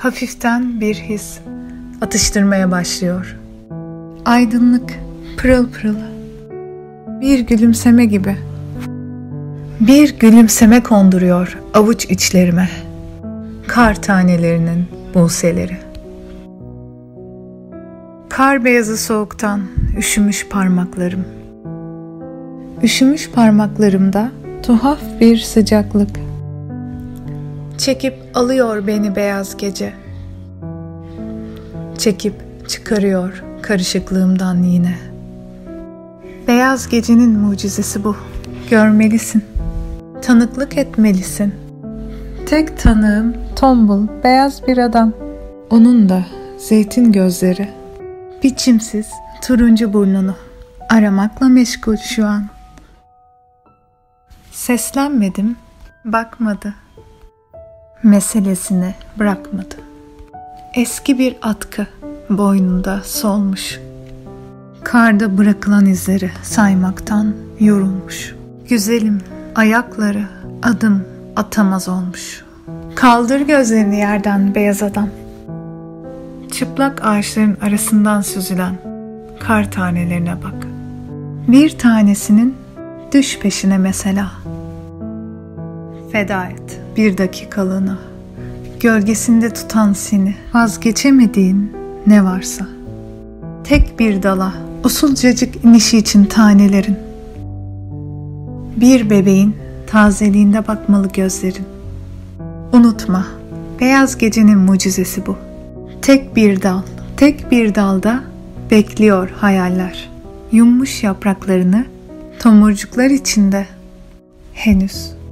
hafiften bir his atıştırmaya başlıyor. Aydınlık, pırıl pırıl. Bir gülümseme gibi. Bir gülümseme konduruyor avuç içlerime. Kar tanelerinin buseleri. Kar beyazı soğuktan üşümüş parmaklarım. Üşümüş parmaklarımda tuhaf bir sıcaklık. Çekip alıyor beni beyaz gece. Çekip çıkarıyor karışıklığımdan yine. Beyaz gecenin mucizesi bu. Görmelisin. Tanıklık etmelisin. Tek tanığım tombul, beyaz bir adam. Onun da zeytin gözleri. Biçimsiz turuncu burnunu aramakla meşgul şu an. Seslenmedim, bakmadı. Meselesini bırakmadı. Eski bir atkı boynunda solmuş. Karda bırakılan izleri saymaktan yorulmuş. Güzelim ayakları adım atamaz olmuş. Kaldır gözlerini yerden beyaz adam. Çıplak ağaçların arasından süzülen kar tanelerine bak. Bir tanesinin düş peşine mesela. Feda et bir dakikalığına. Gölgesinde tutan seni, vazgeçemediğin ne varsa. Tek bir dala, usulcacık inişi için tanelerin. Bir bebeğin tazeliğinde bakmalı gözlerin. Unutma, beyaz gecenin mucizesi bu. Tek bir dal, tek bir dalda bekliyor hayaller. Yummuş yapraklarını tomurcuklar içinde henüz